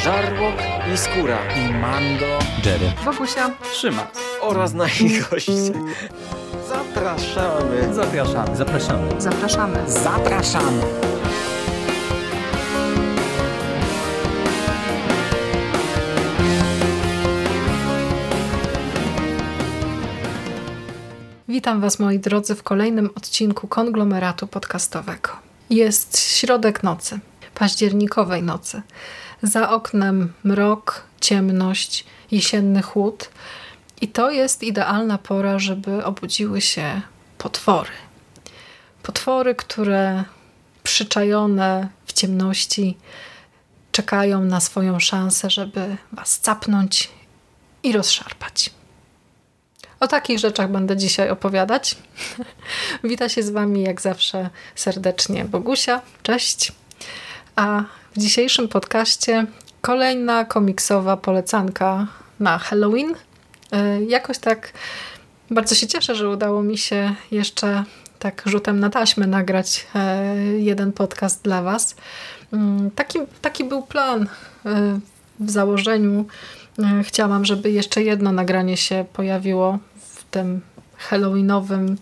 Żarłok i Skóra i Mando, Jerry, Bogusia, Szymas oraz nasi goście. Zapraszamy. Zapraszamy. zapraszamy. zapraszamy. Zapraszamy. Witam Was, moi drodzy, w kolejnym odcinku konglomeratu podcastowego. Jest środek nocy, październikowej nocy. Za oknem mrok, ciemność, jesienny chłód. I to jest idealna pora, żeby obudziły się potwory. Potwory, które przyczajone w ciemności czekają na swoją szansę, żeby Was capnąć i rozszarpać. O takich rzeczach będę dzisiaj opowiadać. Wita się z Wami jak zawsze serdecznie Bogusia. Cześć. A w dzisiejszym podcaście kolejna komiksowa polecanka na Halloween. Jakoś tak bardzo się cieszę, że udało mi się jeszcze tak rzutem na taśmę nagrać jeden podcast dla Was. Taki był plan w założeniu. Chciałam, żeby jeszcze jedno nagranie się pojawiło w tym halloweenowym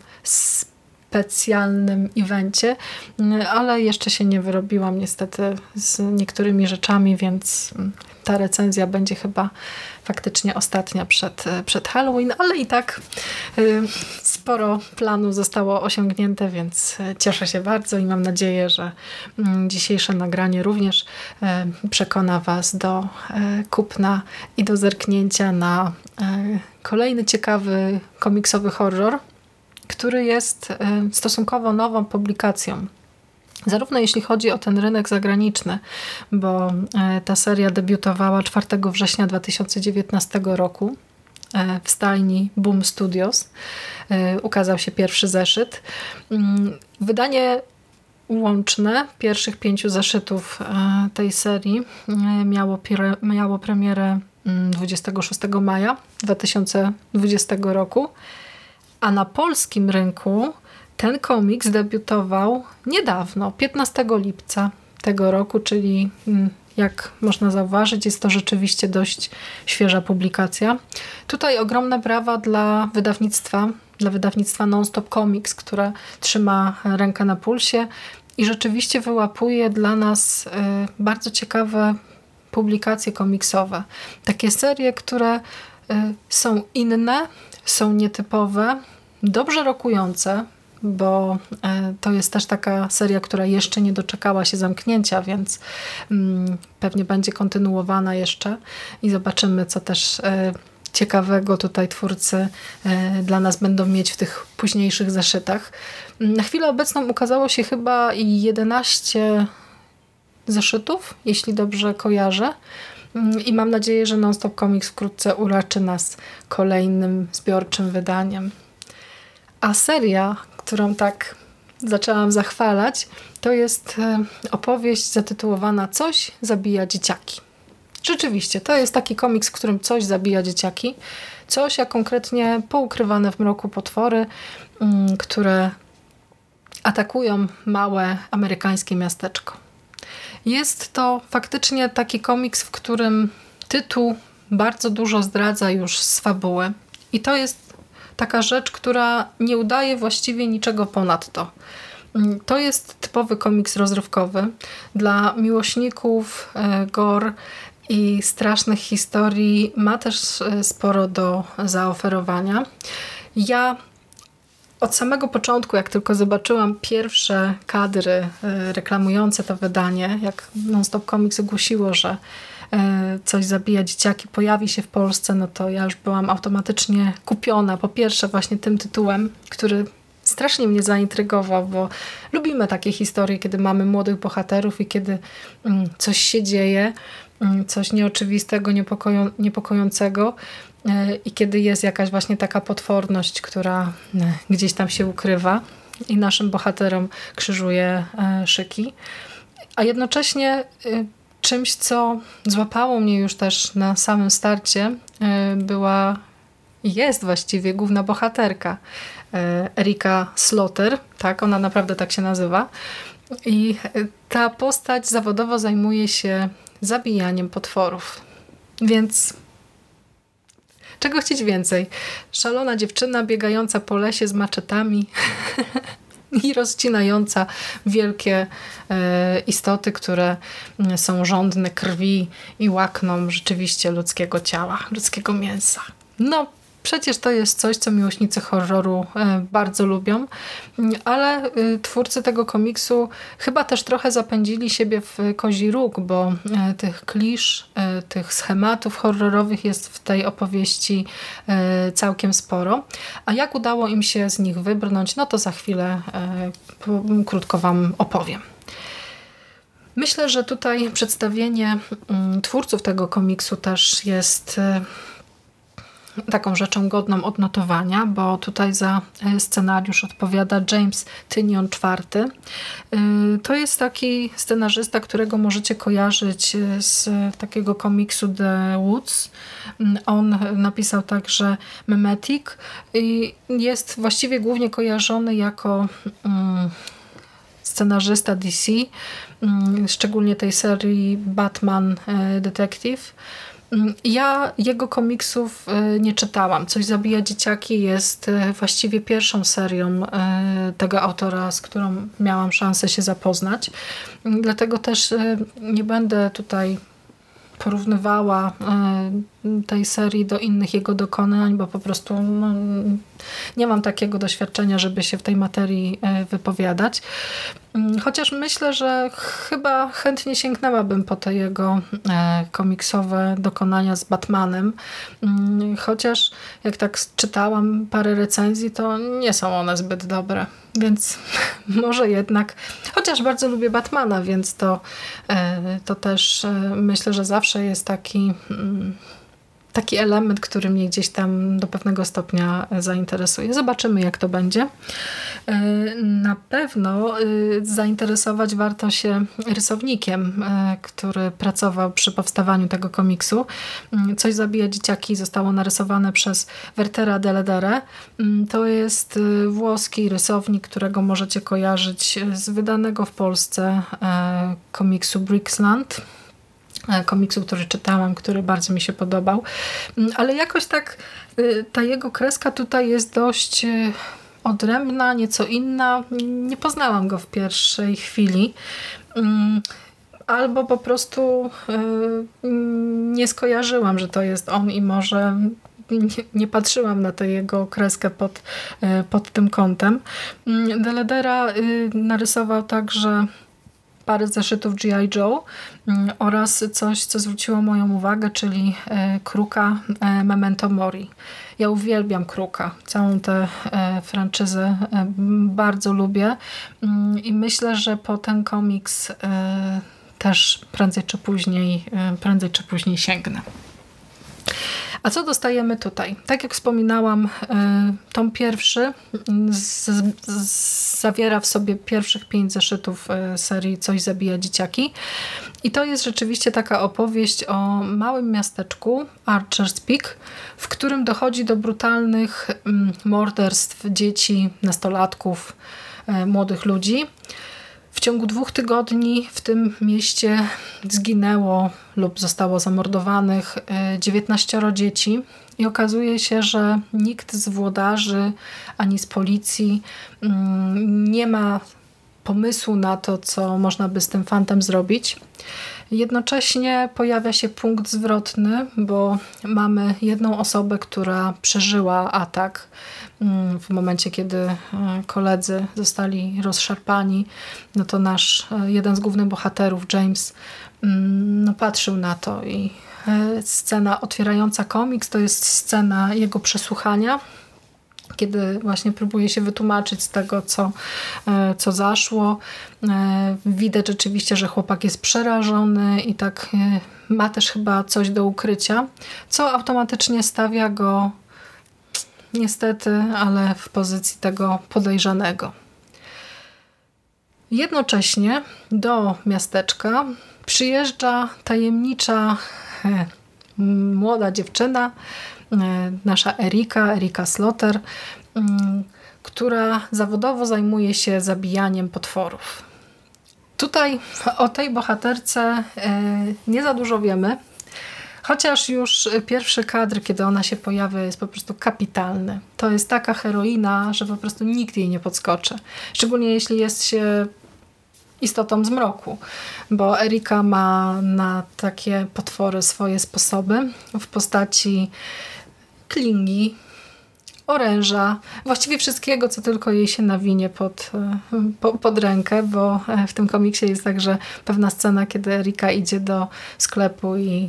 specjalnym evencie, ale jeszcze się nie wyrobiłam niestety z niektórymi rzeczami, więc ta recenzja będzie chyba faktycznie ostatnia przed Halloween, ale i tak sporo planu zostało osiągnięte, więc cieszę się bardzo i mam nadzieję, że dzisiejsze nagranie również przekona Was do kupna i do zerknięcia na kolejny ciekawy komiksowy horror, który jest stosunkowo nową publikacją. Zarówno jeśli chodzi o ten rynek zagraniczny, bo ta seria debiutowała 4 września 2019 roku w stajni Boom Studios. Ukazał się pierwszy zeszyt. Wydanie łączne pierwszych 5 zeszytów tej serii miało premierę 26 maja 2020 roku, a na polskim rynku ten komiks debiutował niedawno, 15 lipca tego roku, czyli jak można zauważyć, jest to rzeczywiście dość świeża publikacja. Tutaj ogromne brawa dla wydawnictwa Non-Stop Comics, które trzyma rękę na pulsie i rzeczywiście wyłapuje dla nas bardzo ciekawe publikacje komiksowe. Takie serie, które są inne, są nietypowe, dobrze rokujące, bo to jest też taka seria, która jeszcze nie doczekała się zamknięcia, więc pewnie będzie kontynuowana jeszcze i zobaczymy, co też ciekawego tutaj twórcy dla nas będą mieć w tych późniejszych zeszytach. Na chwilę obecną ukazało się chyba 11 zeszytów, jeśli dobrze kojarzę. I mam nadzieję, że Non-Stop Comics wkrótce uraczy nas kolejnym zbiorczym wydaniem. A seria, którą tak zaczęłam zachwalać, to jest opowieść zatytułowana Coś zabija dzieciaki. Rzeczywiście, to jest taki komiks, w którym coś zabija dzieciaki. Coś, a konkretnie poukrywane w mroku potwory, które atakują małe amerykańskie miasteczko. Jest to faktycznie taki komiks, w którym tytuł bardzo dużo zdradza już z fabuły. I to jest taka rzecz, która nie udaje właściwie niczego ponadto. To jest typowy komiks rozrywkowy. Dla miłośników gore i strasznych historii ma też sporo do zaoferowania. Ja od samego początku, jak tylko zobaczyłam pierwsze kadry reklamujące to wydanie, jak Non-Stop Comics ogłosiło, że Coś zabija dzieciaki pojawi się w Polsce, no to ja już byłam automatycznie kupiona. Po pierwsze właśnie tym tytułem, który strasznie mnie zaintrygował, bo lubimy takie historie, kiedy mamy młodych bohaterów i kiedy coś się dzieje, coś nieoczywistego, niepokojącego i kiedy jest jakaś właśnie taka potworność, która gdzieś tam się ukrywa i naszym bohaterom krzyżuje szyki. A jednocześnie czymś, co złapało mnie już też na samym starcie, była i jest właściwie główna bohaterka Erika Slaughter, tak, ona naprawdę tak się nazywa. I ta postać zawodowo zajmuje się zabijaniem potworów. Więc czego chcieć więcej? Szalona dziewczyna biegająca po lesie z maczetami i rozcinająca wielkie istoty, które są żądne krwi i łakną rzeczywiście ludzkiego ciała, ludzkiego mięsa. No, przecież to jest coś, co miłośnicy horroru bardzo lubią, ale twórcy tego komiksu chyba też trochę zapędzili siebie w kozi róg, bo tych klisz, tych schematów horrorowych jest w tej opowieści całkiem sporo. A jak udało im się z nich wybrnąć, no to za chwilę krótko wam opowiem. Myślę, że tutaj przedstawienie twórców tego komiksu też jest taką rzeczą godną odnotowania, bo tutaj za scenariusz odpowiada James Tynion IV. To jest taki scenarzysta, którego możecie kojarzyć z takiego komiksu The Woods. On napisał także Memetic i jest właściwie głównie kojarzony jako scenarzysta DC, szczególnie tej serii Batman Detective. Ja jego komiksów nie czytałam. Coś zabija dzieciaki jest właściwie pierwszą serią tego autora, z którą miałam szansę się zapoznać. Dlatego też nie będę tutaj porównywała tej serii do innych jego dokonań, bo po prostu nie mam takiego doświadczenia, żeby się w tej materii wypowiadać. Chociaż myślę, że chyba chętnie sięgnęłabym po te jego komiksowe dokonania z Batmanem. Chociaż jak tak czytałam parę recenzji, to nie są one zbyt dobre. Więc może jednak, chociaż bardzo lubię Batmana, więc to też myślę, że zawsze jest taki element, który mnie gdzieś tam do pewnego stopnia zainteresuje. Zobaczymy, jak to będzie. Na pewno zainteresować warto się rysownikiem, który pracował przy powstawaniu tego komiksu. Coś zabija dzieciaki zostało narysowane przez Wertera Deledere. To jest włoski rysownik, którego możecie kojarzyć z wydanego w Polsce komiksu Brixland. Komiksu, który czytałam, który bardzo mi się podobał. Ale jakoś tak ta jego kreska tutaj jest dość odrębna, nieco inna. Nie poznałam go w pierwszej chwili. Albo po prostu nie skojarzyłam, że to jest on i może nie patrzyłam na tę jego kreskę pod tym kątem. Deledera narysował także parę zeszytów G.I. Joe oraz coś, co zwróciło moją uwagę, czyli Kruka Memento Mori. Ja uwielbiam Kruka. Całą tę franczyzę bardzo lubię i myślę, że po ten komiks też prędzej czy później sięgnę. A co dostajemy tutaj? Tak jak wspominałam, tom pierwszy zawiera w sobie pierwszych 5 zeszytów serii Coś zabija dzieciaki. I to jest rzeczywiście taka opowieść o małym miasteczku, Archer's Peak, w którym dochodzi do brutalnych morderstw dzieci, nastolatków, młodych ludzi. W ciągu 2 tygodni w tym mieście zginęło lub zostało zamordowanych 19 dzieci i okazuje się, że nikt z włodarzy ani z policji nie ma pomysłu na to, co można by z tym fantem zrobić. Jednocześnie pojawia się punkt zwrotny, bo mamy jedną osobę, która przeżyła atak w momencie, kiedy koledzy zostali rozszarpani. No to nasz jeden z głównych bohaterów, James, patrzył na to i scena otwierająca komiks to jest scena jego przesłuchania, kiedy właśnie próbuje się wytłumaczyć z tego, co zaszło. Widać rzeczywiście, że chłopak jest przerażony i tak ma też chyba coś do ukrycia, co automatycznie stawia go niestety, ale w pozycji tego podejrzanego. Jednocześnie do miasteczka przyjeżdża tajemnicza młoda dziewczyna, nasza Erika Slaughter, która zawodowo zajmuje się zabijaniem potworów. Tutaj o tej bohaterce nie za dużo wiemy, chociaż już pierwszy kadr, kiedy ona się pojawia, jest po prostu kapitalny. To jest taka heroina, że po prostu nikt jej nie podskoczy. Szczególnie jeśli jest się istotą zmroku, bo Erika ma na takie potwory swoje sposoby w postaci klingi, oręża, właściwie wszystkiego, co tylko jej się nawinie pod rękę, bo w tym komiksie jest także pewna scena, kiedy Erika idzie do sklepu i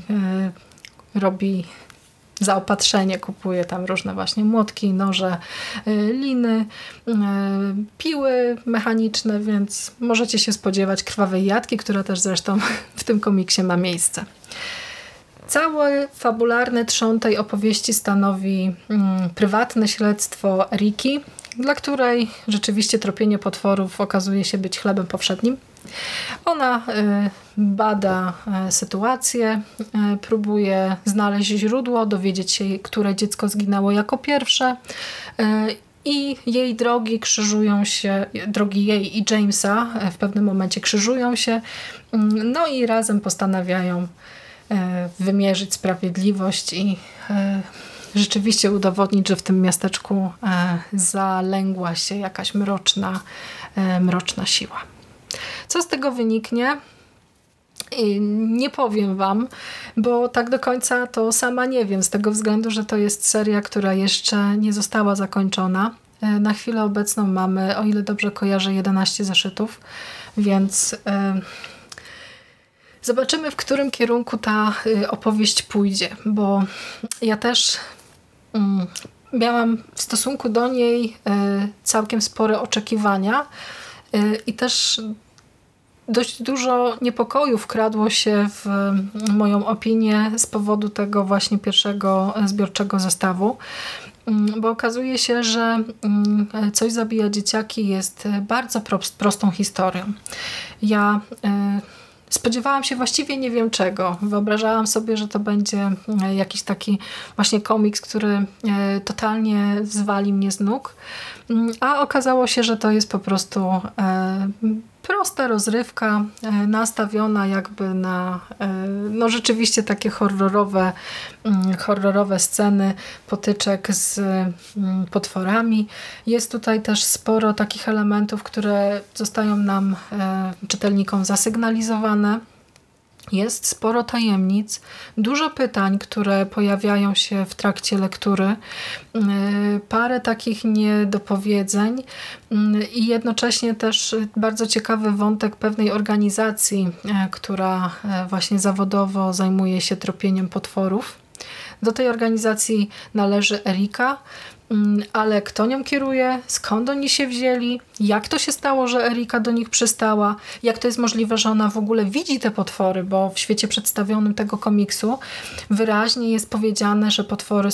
robi zaopatrzenie, kupuje tam różne właśnie młotki, noże, liny, piły mechaniczne, więc możecie się spodziewać krwawej jatki, która też zresztą w tym komiksie ma miejsce. Cały fabularny trzon tej opowieści stanowi prywatne śledztwo Eriki, dla której rzeczywiście tropienie potworów okazuje się być chlebem powszednim. Ona bada sytuację, próbuje znaleźć źródło, dowiedzieć się, które dziecko zginęło jako pierwsze i jej drogi jej i Jamesa w pewnym momencie krzyżują się, no i razem postanawiają wymierzyć sprawiedliwość i rzeczywiście udowodnić, że w tym miasteczku zalęgła się jakaś mroczna siła. Co z tego wyniknie? Nie powiem wam, bo tak do końca to sama nie wiem, z tego względu, że to jest seria, która jeszcze nie została zakończona. Na chwilę obecną mamy, o ile dobrze kojarzę, 11 zeszytów, więc zobaczymy, w którym kierunku ta opowieść pójdzie, bo ja też miałam w stosunku do niej całkiem spore oczekiwania i też dość dużo niepokoju wkradło się w moją opinię z powodu tego właśnie pierwszego zbiorczego zestawu, bo okazuje się, że Coś zabija dzieciaki jest bardzo prostą historią. Ja spodziewałam się właściwie nie wiem czego. Wyobrażałam sobie, że to będzie jakiś taki właśnie komiks, który totalnie zwali mnie z nóg, a okazało się, że to jest po prostu prosta rozrywka nastawiona jakby na no rzeczywiście takie horrorowe sceny potyczek z potworami. Jest tutaj też sporo takich elementów, które zostają nam czytelnikom zasygnalizowane. Jest sporo tajemnic, dużo pytań, które pojawiają się w trakcie lektury, parę takich niedopowiedzeń i jednocześnie też bardzo ciekawy wątek pewnej organizacji, która właśnie zawodowo zajmuje się tropieniem potworów. Do tej organizacji należy Erika, ale kto nią kieruje, skąd oni się wzięli, jak to się stało, że Erika do nich przystała, jak to jest możliwe, że ona w ogóle widzi te potwory, bo w świecie przedstawionym tego komiksu wyraźnie jest powiedziane, że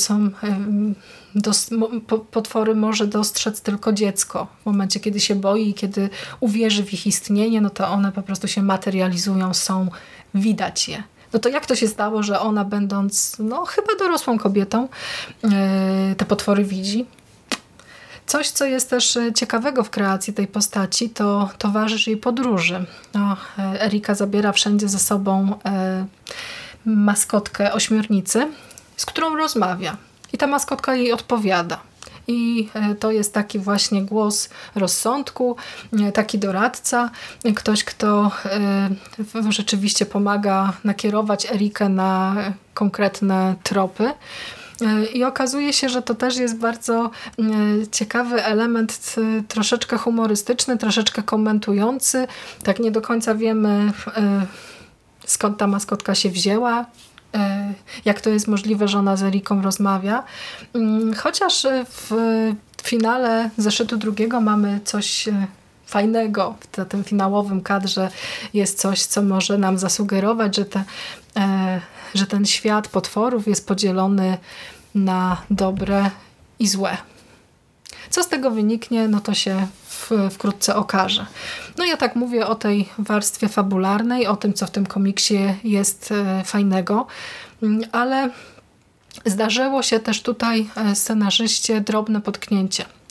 potwory może dostrzec tylko dziecko. W momencie, kiedy się boi i kiedy uwierzy w ich istnienie, no to one po prostu się materializują, widać je. No to jak to się stało, że ona będąc chyba dorosłą kobietą te potwory widzi? Coś, co jest też ciekawego w kreacji tej postaci, to towarzysz jej podróży. Erika zabiera wszędzie ze sobą maskotkę ośmiornicy, z którą rozmawia. I ta maskotka jej odpowiada. I to jest taki właśnie głos rozsądku, taki doradca, ktoś, kto rzeczywiście pomaga nakierować Erikę na konkretne tropy. I okazuje się, że to też jest bardzo ciekawy element, troszeczkę humorystyczny, troszeczkę komentujący. Tak nie do końca wiemy, skąd ta maskotka się wzięła, jak to jest możliwe, że ona z Eriką rozmawia. Chociaż w finale zeszytu drugiego mamy coś fajnego. W tym finałowym kadrze jest coś, co może nam zasugerować, że ten świat potworów jest podzielony na dobre i złe. Co z tego wyniknie, no to się wkrótce okaże. No ja tak mówię o tej warstwie fabularnej, o tym, co w tym komiksie jest fajnego, ale zdarzyło się też tutaj scenarzyście drobne potknięcie.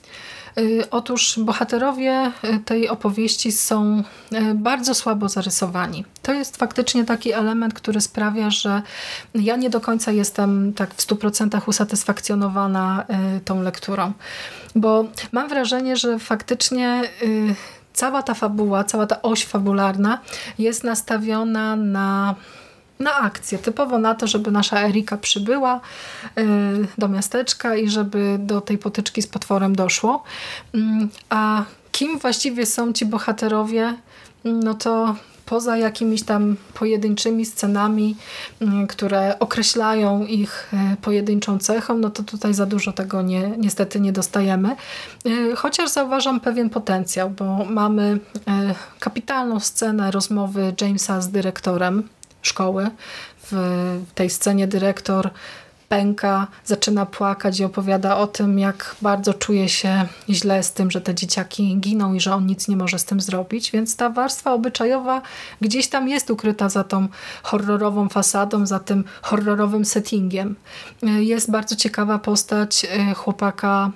Otóż bohaterowie tej opowieści są bardzo słabo zarysowani. To jest faktycznie taki element, który sprawia, że ja nie do końca jestem tak w 100% usatysfakcjonowana tą lekturą. Bo mam wrażenie, że faktycznie cała ta fabuła, cała ta oś fabularna jest nastawiona na akcję, typowo na to, żeby nasza Erika przybyła do miasteczka i żeby do tej potyczki z potworem doszło. A kim właściwie są ci bohaterowie, no to poza jakimiś tam pojedynczymi scenami, które określają ich pojedynczą cechą, no to tutaj za dużo tego niestety nie dostajemy. Chociaż zauważam pewien potencjał, bo mamy kapitalną scenę rozmowy Jamesa z dyrektorem szkoły. W tej scenie dyrektor pęka, zaczyna płakać i opowiada o tym, jak bardzo czuje się źle z tym, że te dzieciaki giną i że on nic nie może z tym zrobić. Więc ta warstwa obyczajowa gdzieś tam jest ukryta za tą horrorową fasadą, za tym horrorowym settingiem. Jest bardzo ciekawa postać chłopaka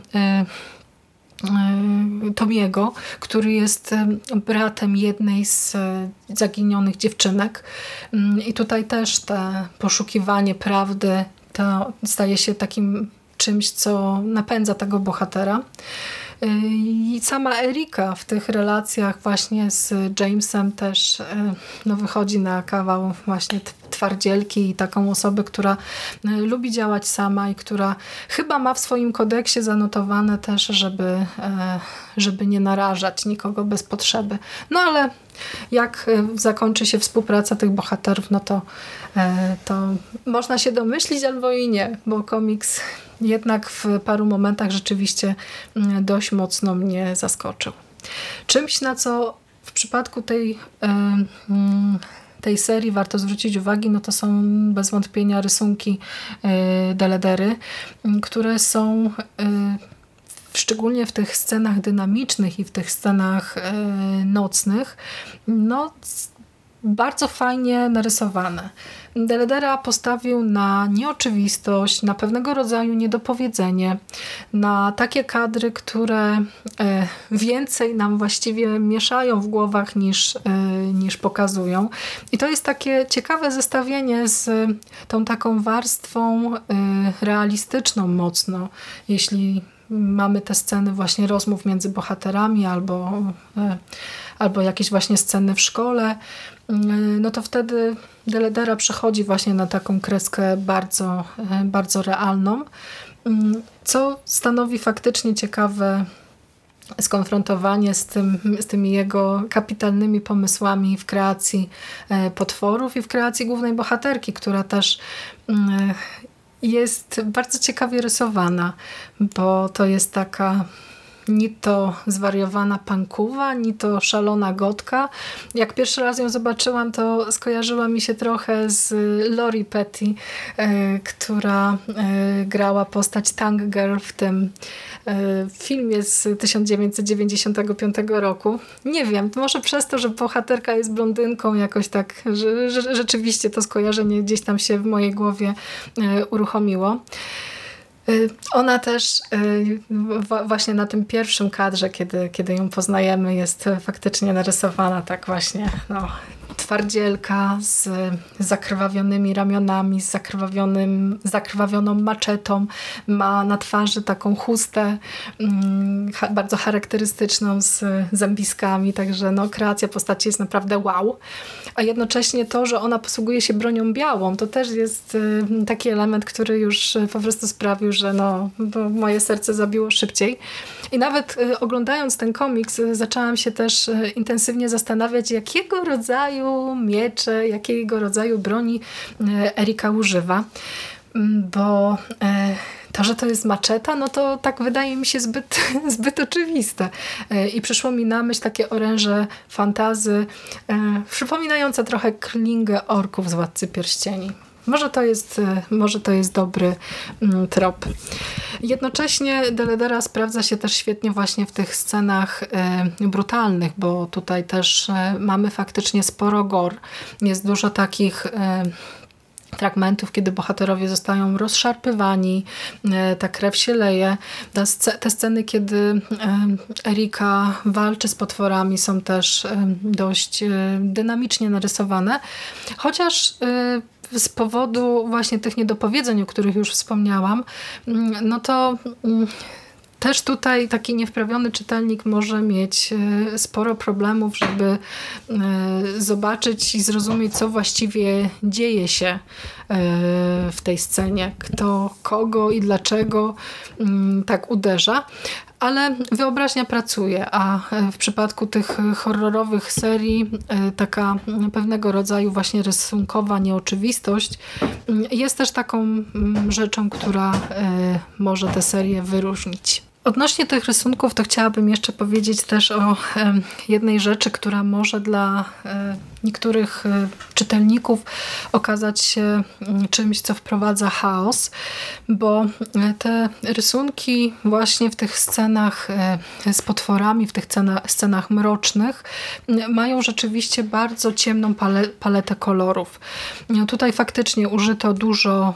Tomiego, który jest bratem jednej z zaginionych dziewczynek. I tutaj też to poszukiwanie prawdy to staje się takim czymś, co napędza tego bohatera. I sama Erika w tych relacjach właśnie z Jamesem też wychodzi na kawał właśnie twardzielki i taką osobę, która lubi działać sama i która chyba ma w swoim kodeksie zanotowane też, żeby nie narażać nikogo bez potrzeby. No ale jak zakończy się współpraca tych bohaterów, no to można się domyślić albo i nie, bo komiks jednak w paru momentach rzeczywiście dość mocno mnie zaskoczył. Czymś, na co w przypadku tej serii warto zwrócić uwagę, no to są bez wątpienia rysunki Deledery, które są szczególnie w tych scenach dynamicznych i w tych scenach nocnych, no bardzo fajnie narysowane. Deledera postawił na nieoczywistość, na pewnego rodzaju niedopowiedzenie, na takie kadry, które więcej nam właściwie mieszają w głowach niż pokazują. I to jest takie ciekawe zestawienie z tą taką warstwą realistyczną mocno, jeśli mamy te sceny właśnie rozmów między bohaterami albo jakieś właśnie sceny w szkole, no to wtedy Deledera przechodzi właśnie na taką kreskę bardzo, bardzo realną, co stanowi faktycznie ciekawe skonfrontowanie z tymi jego kapitalnymi pomysłami w kreacji potworów i w kreacji głównej bohaterki, która też jest bardzo ciekawie rysowana, bo to jest taka ni to zwariowana pankuwa, ni to szalona gotka. Jak pierwszy raz ją zobaczyłam, to skojarzyła mi się trochę z Lori Petty, która grała postać Tank Girl w tym filmie z 1995 roku. Nie wiem, może przez to, że bohaterka jest blondynką, jakoś tak rzeczywiście to skojarzenie gdzieś tam się w mojej głowie uruchomiło. Ona też właśnie na tym pierwszym kadrze, kiedy ją poznajemy, jest faktycznie narysowana tak właśnie, twardzielka z zakrwawionymi ramionami, z zakrwawioną maczetą. Ma na twarzy taką chustę bardzo charakterystyczną z zębiskami, także kreacja postaci jest naprawdę wow. A jednocześnie to, że ona posługuje się bronią białą, to też jest taki element, który już po prostu sprawił, że moje serce zabiło szybciej. I nawet oglądając ten komiks zaczęłam się też intensywnie zastanawiać, jakiego rodzaju miecze, jakiego rodzaju broni Erika używa. Bo to, że to jest maczeta, no to tak wydaje mi się zbyt oczywiste. I przyszło mi na myśl takie oręże fantazy, przypominające trochę klingę orków z Władcy Pierścieni. Może to jest dobry trop. Jednocześnie Deledera sprawdza się też świetnie właśnie w tych scenach brutalnych, bo tutaj też mamy faktycznie sporo gore. Jest dużo takich fragmentów, kiedy bohaterowie zostają rozszarpywani, ta krew się leje. Te sceny, kiedy Erika walczy z potworami, są też dość dynamicznie narysowane. Chociaż z powodu właśnie tych niedopowiedzeń, o których już wspomniałam, no to też tutaj taki niewprawiony czytelnik może mieć sporo problemów, żeby zobaczyć i zrozumieć, co właściwie dzieje się w tej scenie. Kto, kogo i dlaczego tak uderza. Ale wyobraźnia pracuje, a w przypadku tych horrorowych serii taka pewnego rodzaju właśnie rysunkowa nieoczywistość jest też taką rzeczą, która może tę serię wyróżnić. Odnośnie tych rysunków to chciałabym jeszcze powiedzieć też o jednej rzeczy, która może dla niektórych czytelników okazać się czymś, co wprowadza chaos, bo te rysunki właśnie w tych scenach z potworami, w tych scenach mrocznych mają rzeczywiście bardzo ciemną paletę kolorów. Tutaj faktycznie użyto dużo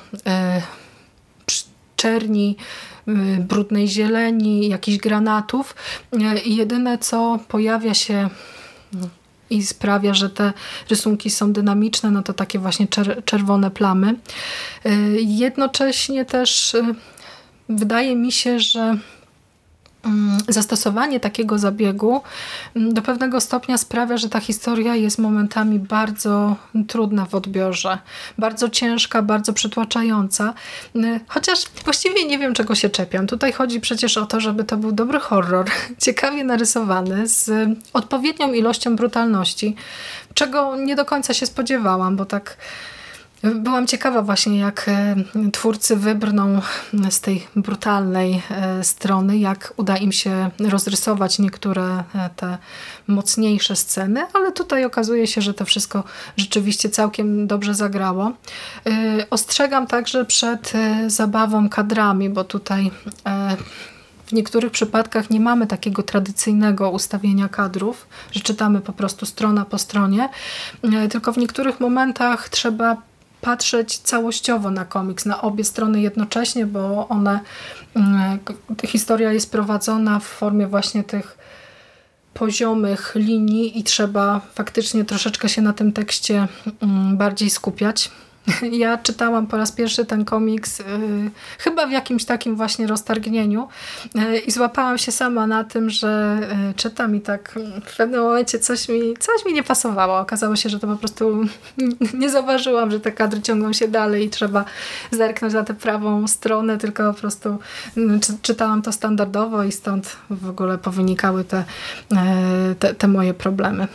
czerni, brudnej zieleni, jakichś granatów i jedyne, co pojawia się i sprawia, że te rysunki są dynamiczne, no to takie właśnie czerwone plamy. Jednocześnie też wydaje mi się, że zastosowanie takiego zabiegu do pewnego stopnia sprawia, że ta historia jest momentami bardzo trudna w odbiorze. Bardzo ciężka, bardzo przytłaczająca. Chociaż właściwie nie wiem, czego się czepiam. Tutaj chodzi przecież o to, żeby to był dobry horror, ciekawie narysowany, z odpowiednią ilością brutalności, czego nie do końca się spodziewałam, bo tak byłam ciekawa właśnie, jak twórcy wybrną z tej brutalnej strony, jak uda im się rozrysować niektóre te mocniejsze sceny, ale tutaj okazuje się, że to wszystko rzeczywiście całkiem dobrze zagrało. Ostrzegam także przed zabawą kadrami, bo tutaj w niektórych przypadkach nie mamy takiego tradycyjnego ustawienia kadrów, że czytamy po prostu strona po stronie, tylko w niektórych momentach trzeba patrzeć całościowo na komiks, na obie strony jednocześnie, bo historia jest prowadzona w formie właśnie tych poziomych linii i trzeba faktycznie troszeczkę się na tym tekście bardziej skupiać. Ja czytałam po raz pierwszy ten komiks chyba w jakimś takim właśnie roztargnieniu i złapałam się sama na tym, że czytam i tak w pewnym momencie coś mi nie pasowało. Okazało się, że to po prostu nie zauważyłam, że te kadry ciągną się dalej i trzeba zerknąć na tę prawą stronę, tylko po prostu czytałam to standardowo i stąd w ogóle powynikały te moje problemy.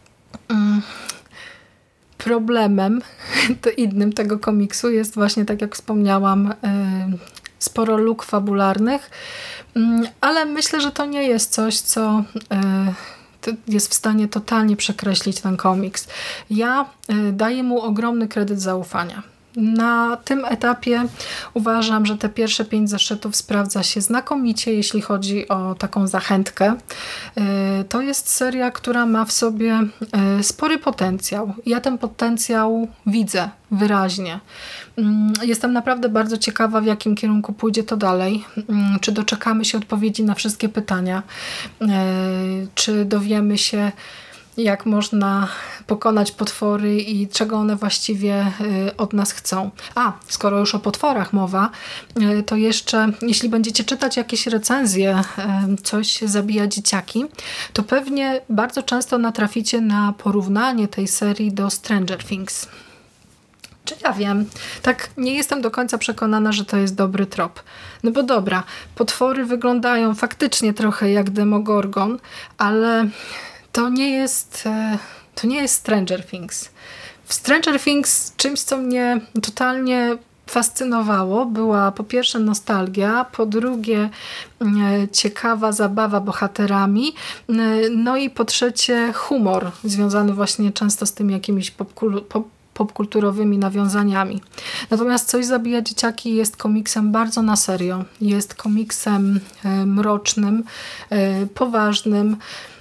Problemem innym tego komiksu jest właśnie, tak jak wspomniałam, sporo luk fabularnych, ale myślę, że to nie jest coś, co jest w stanie totalnie przekreślić ten komiks. Ja daję mu ogromny kredyt zaufania. Na tym etapie uważam, że te pierwsze 5 zeszytów sprawdza się znakomicie, jeśli chodzi o taką zachętkę. To jest seria, która ma w sobie spory potencjał. Ja ten potencjał widzę wyraźnie. Jestem naprawdę bardzo ciekawa, w jakim kierunku pójdzie to dalej. Czy doczekamy się odpowiedzi na wszystkie pytania? Czy dowiemy się, jak można pokonać potwory i czego one właściwie od nas chcą. A, skoro już o potworach mowa, to jeszcze, jeśli będziecie czytać jakieś recenzje, coś zabija dzieciaki, to pewnie bardzo często natraficie na porównanie tej serii do Stranger Things. Czy ja wiem, tak nie jestem do końca przekonana, że to jest dobry trop. No bo dobra, potwory wyglądają faktycznie trochę jak Demogorgon, ale to nie jest Stranger Things. W Stranger Things czymś, co mnie totalnie fascynowało, była po pierwsze nostalgia, po drugie ciekawa zabawa bohaterami, no i po trzecie humor związany właśnie często z tymi jakimiś popkulturowymi nawiązaniami. Natomiast Coś zabija dzieciaki jest komiksem bardzo na serio. Jest komiksem mrocznym, poważnym,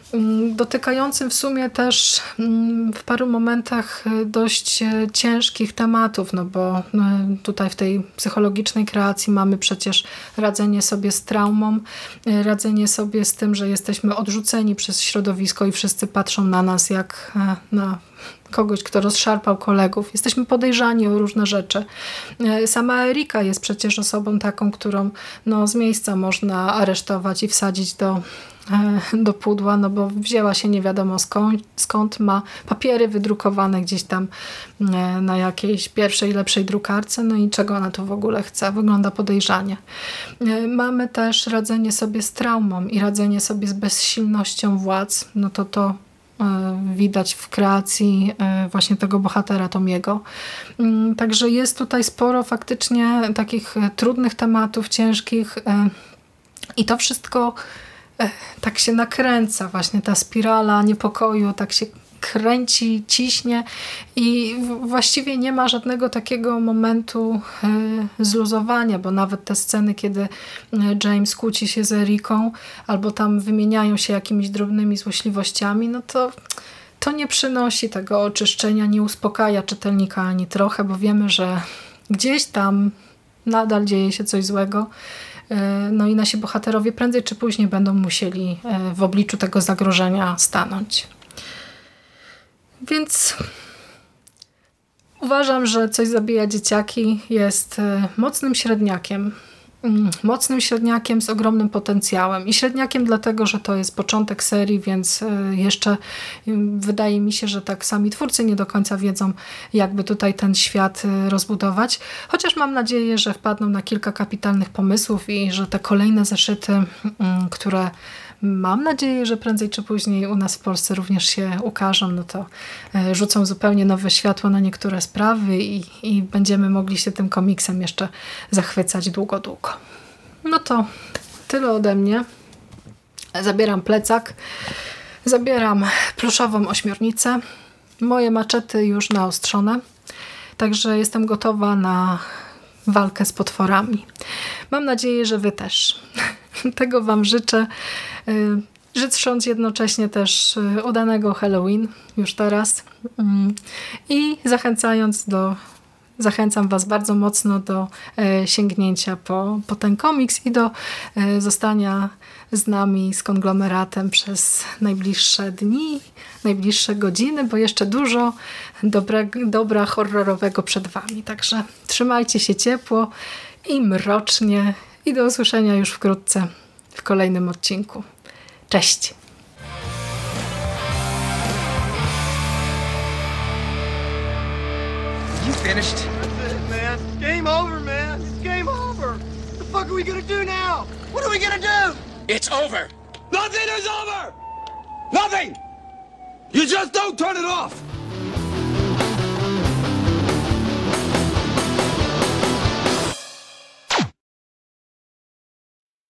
dotykającym w sumie też w paru momentach dość ciężkich tematów, no bo tutaj w tej psychologicznej kreacji mamy przecież radzenie sobie z traumą, radzenie sobie z tym, że jesteśmy odrzuceni przez środowisko i wszyscy patrzą na nas jak na kogoś, kto rozszarpał kolegów. Jesteśmy podejrzani o różne rzeczy. Sama Erika jest przecież osobą taką, którą z miejsca można aresztować i wsadzić do pudła, no bo wzięła się nie wiadomo skąd, ma papiery wydrukowane gdzieś tam na jakiejś pierwszej, lepszej drukarce, no i czego ona tu w ogóle chce? Wygląda podejrzanie. Mamy też radzenie sobie z traumą i radzenie sobie z bezsilnością władz, no to widać w kreacji właśnie tego bohatera Tomiego. Także jest tutaj sporo faktycznie takich trudnych tematów, ciężkich i to wszystko tak się nakręca, właśnie ta spirala niepokoju tak się kręci, ciśnie i właściwie nie ma żadnego takiego momentu zluzowania, bo nawet te sceny, kiedy James kłóci się z Eriką albo tam wymieniają się jakimiś drobnymi złośliwościami, no to nie przynosi tego oczyszczenia, nie uspokaja czytelnika ani trochę, bo wiemy, że gdzieś tam nadal dzieje się coś złego. No i nasi bohaterowie prędzej czy później będą musieli w obliczu tego zagrożenia stanąć. Więc uważam, że Coś zabija dzieciaki jest mocnym średniakiem. Mocnym średniakiem z ogromnym potencjałem. I średniakiem dlatego, że to jest początek serii, więc jeszcze wydaje mi się, że tak sami twórcy nie do końca wiedzą, jakby tutaj ten świat rozbudować. Chociaż mam nadzieję, że wpadną na kilka kapitalnych pomysłów i że te kolejne zeszyty, które mam nadzieję, że prędzej czy później u nas w Polsce również się ukażą, no to rzucą zupełnie nowe światło na niektóre sprawy i będziemy mogli się tym komiksem jeszcze zachwycać długo, długo. No to tyle ode mnie. Zabieram plecak, zabieram pluszową ośmiornicę, moje maczety już naostrzone, także jestem gotowa na walkę z potworami. Mam nadzieję, że wy też. Tego wam życzę. Życząc jednocześnie też udanego Halloween już teraz i zachęcam was bardzo mocno do sięgnięcia po ten komiks i do zostania z nami, z konglomeratem przez najbliższe dni, najbliższe godziny, bo jeszcze dużo dobra horrorowego przed wami. Także trzymajcie się ciepło i mrocznie i do usłyszenia już wkrótce w kolejnym odcinku. Cześć! You finished? That's it, man. Game over, man. It's game over. What the fuck are we gonna do now? What are we gonna do? It's over. Nothing is over! Nothing! You just don't turn it off!